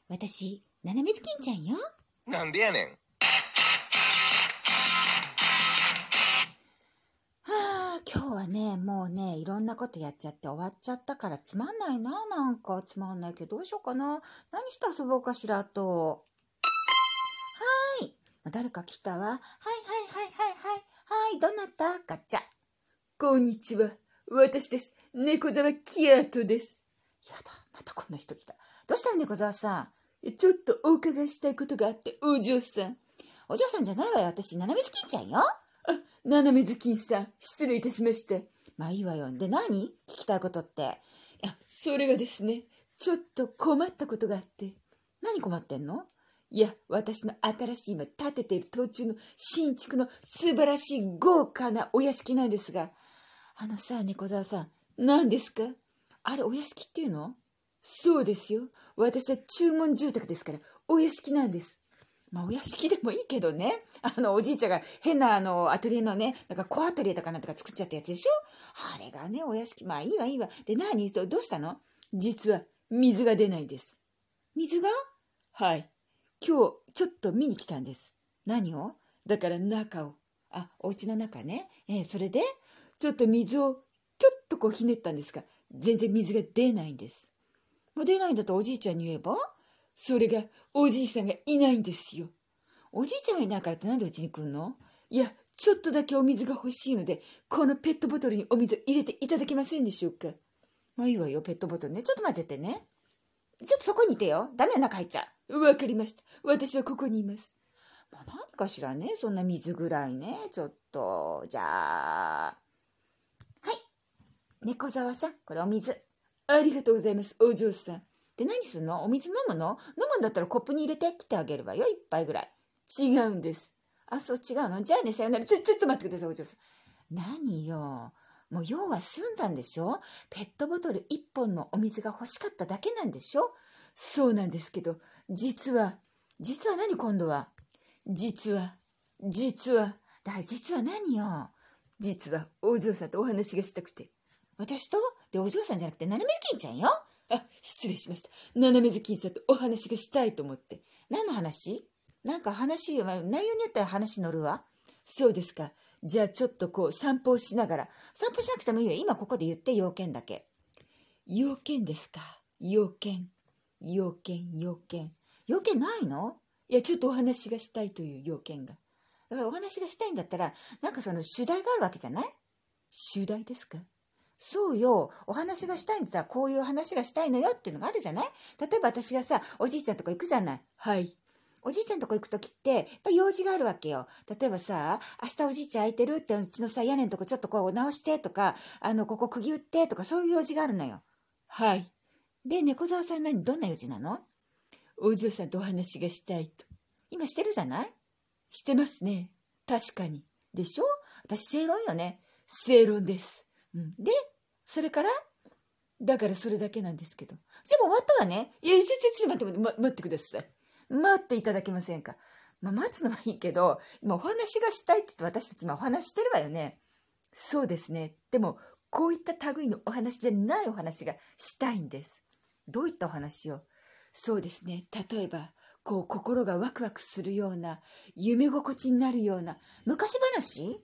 私、ななめずきんちゃんよ。 なんでやねん。 今日はね、もうね、いろんなことやっちゃって終わっちゃったからつまんないな。なんかつまんないけどどうしようかな。何して遊ぼうかしらと。はい。誰か来たわ。はいはいはいはいはい。はい、どなた？ガチャ。 こんにちは。私です。猫沢キアートです。 やだ、またこんな人来た。どうしたの猫沢さん。ちょっとお伺いしたいことがあって、お嬢さん。 お嬢さんじゃないわよ。私、ななめずきんちゃんよ。 ななめずきんさん、失礼いたしました。 まあいいわよ。で、何？聞きたいことって。 それがですね、ちょっと困ったことがあって。 何困ってんの？ いや、私の新しい今建てている途中の新築の素晴らしい豪華なお屋敷なんですが。 あのさ、猫沢さん。 何ですか？ あれ、お屋敷っていうの？ そうですよ。私は注文住宅ですから、お屋敷なんです。 まあ、お屋敷でもいいけどね。おじいちゃんが変なアトリエのね、なんかコアトリエとかなんとか作っちゃったやつでしょ？あれがね、お屋敷。まあいいわいいわ。で、どうしたの？ 実は、水が出ないんです。 水が？ はい。今日、ちょっと見に来たんです。 何を？ だから中を。 お家の中ね。それで？ ちょっと水を、きょっとこうひねったんですが、全然水が出ないんです。 もう出ないんだったらおじいちゃんに言えば？ それが、おじいさんがいないんですよ。 おじいちゃんがいないからってなんでうちに来んの？ いや、ちょっとだけお水が欲しいので、このペットボトルにお水を入れていただけませんでしょうか？ まあいいわよ、ペットボトルね。ちょっと待っててね。ちょっとそこにいてよ。ダメよ、中入っちゃう。わかりました。私はここにいます。 まあ何かしらね、そんな水ぐらいね。ちょっと、じゃあ。はい。猫沢さん、これお水。 ありがとうございます、お嬢さん。 で、何すんの？お水飲むの？飲むんだったらコップに入れてきてあげるわよ。一杯ぐらい。 違うんです。 そう違うの？じゃあね、さよなら。ちょっと待ってください、お嬢さん。何よ。もう用は済んだんでしょ？ペットボトル1本のお水が欲しかっただけなんでしょ？ そうなんですけど、実は何今度は？ 実は。 実は何よ？ 実はお嬢さんとお話がしたくて。 私と？で、お嬢さんじゃなくて、ななめずきんちゃんよ。 失礼しました。ななめずきんさんとお話がしたいと思って。 何の話？なんか話、内容によっては話乗るわ。 そうですか。じゃあちょっとこう散歩をしながら。 散歩しなくてもいいよ。今ここで言って要件だけ。 要件ですか？要件ないの？ いや、ちょっとお話がしたいという要件が。 だからお話がしたいんだったら、なんかその主題があるわけじゃない？ 主題ですか？ そうよ。お話がしたいんだったら、こういう話がしたいのよっていうのがあるじゃない？例えば私がさ、おじいちゃんとこ行くじゃない。 はい。 おじいちゃんとこ行くときって、やっぱ用事があるわけよ。例えばさ、明日おじいちゃん空いてるって、うちのさ、屋根のとこちょっとこう直してとか、ここ釘打ってとか、そういう用事があるのよ。 はい。 で、猫沢さんどんな用事なの？ お嬢さんとお話がしたいと。 今してるじゃない？ してますね。確かに。 でしょ？私正論よね。 正論です。 で、それから？ だからそれだけなんですけど。 じゃあもう終わったわね。 いや、ちょっと待ってください。 待っていただけませんか？待つのはいいけど、今お話がしたいって言って私たち今お話してるわよね。 そうですね。でも、こういった類のお話じゃないお話がしたいんです。 どういったお話を？ そうですね。例えば、こう心がワクワクするような、夢心地になるような、 昔話？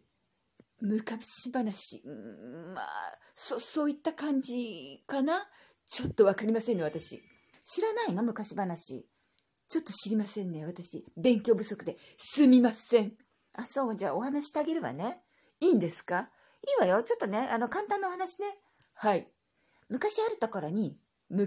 そういった感じかな。ちょっとわかりませんね、私。 知らないの？昔話。 ちょっと知りませんね、私。勉強不足ですみません。 そう、じゃあお話してあげるわね。 いいんですか？ いいわよ。ちょっとね、簡単なお話ね。 はい。 昔あるところに。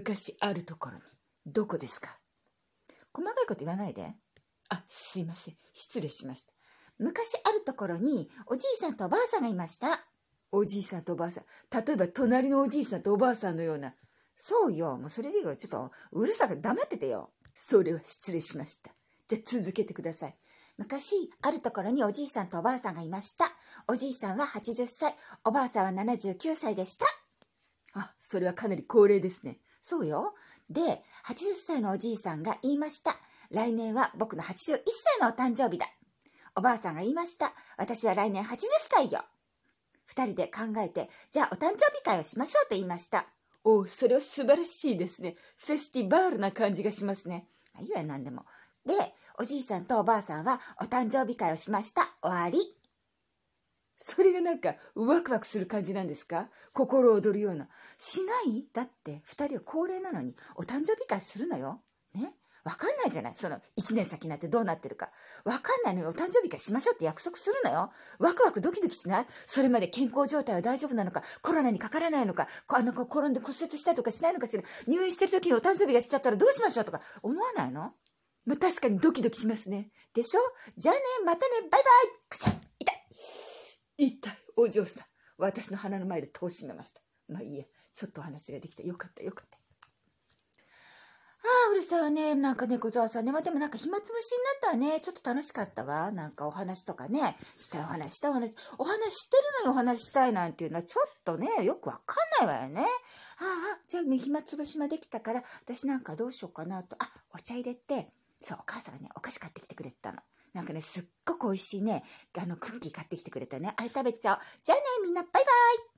どこですか？細かいこと言わないで。 すいません。失礼しました。 昔あるところにおじいさんとおばあさんがいました。 おじいさんとおばあさん。例えば隣のおじいさんとおばあさんのような。 そうよ。もうそれでいいよ。ちょっとうるさく黙っててよ。 それは失礼しました。じゃあ続けてください。 昔あるところにおじいさんとおばあさんがいました。おじいさんは80歳、おばあさんは79歳でした。 それはかなり高齢ですね。 そうよ。で、80歳のおじいさんが言いました。来年は僕の81歳のお誕生日だ。おばあさんが言いました。私は来年80歳よ。二人で考えて、じゃあお誕生日会をしましょうと言いました。 それは素晴らしいですね。フェスティバールな感じがしますね。 いいわよ、なんでも。で、おじいさんとおばあさんはお誕生日会をしました。終わり。 それがなんかワクワクする感じなんですか？心躍るような。 しない？だって2人は高齢なのにお誕生日会するのよ。ね。わかんないじゃない。その1年先になってどうなってるか。わかんないのにお誕生日会しましょうって約束するのよ。ワクワクドキドキしない？それまで健康状態は大丈夫なのか、コロナにかからないのか、転んで骨折したりとかしないのかしら、入院してる時にお誕生日が来ちゃったらどうしましょうとか思わないの？ まあ、確かにドキドキしますね。 でしょ？じゃあね、またね、バイバイ。くちゃ痛い。 痛い。お嬢さん、私の鼻の前で戸を閉めました。まあいいや、ちょっとお話ができた。よかった。 うるさいわね。なんかね、小沢さんね。まあ、でもなんか暇つぶしになったわね。ちょっと楽しかったわ。なんかお話とかね。したいお話。お話してるのにお話したいなんていうのはちょっとね、よくわかんないわよね。じゃあ暇つぶしもできたから、私なんかどうしようかなと。お茶入れて、そう、お母さんがね、お菓子買ってきてくれてたの。なんかね、すっごく美味しいね、クッキー買ってきてくれたね。あれ食べちゃおう。じゃあね、みんなバイバイ。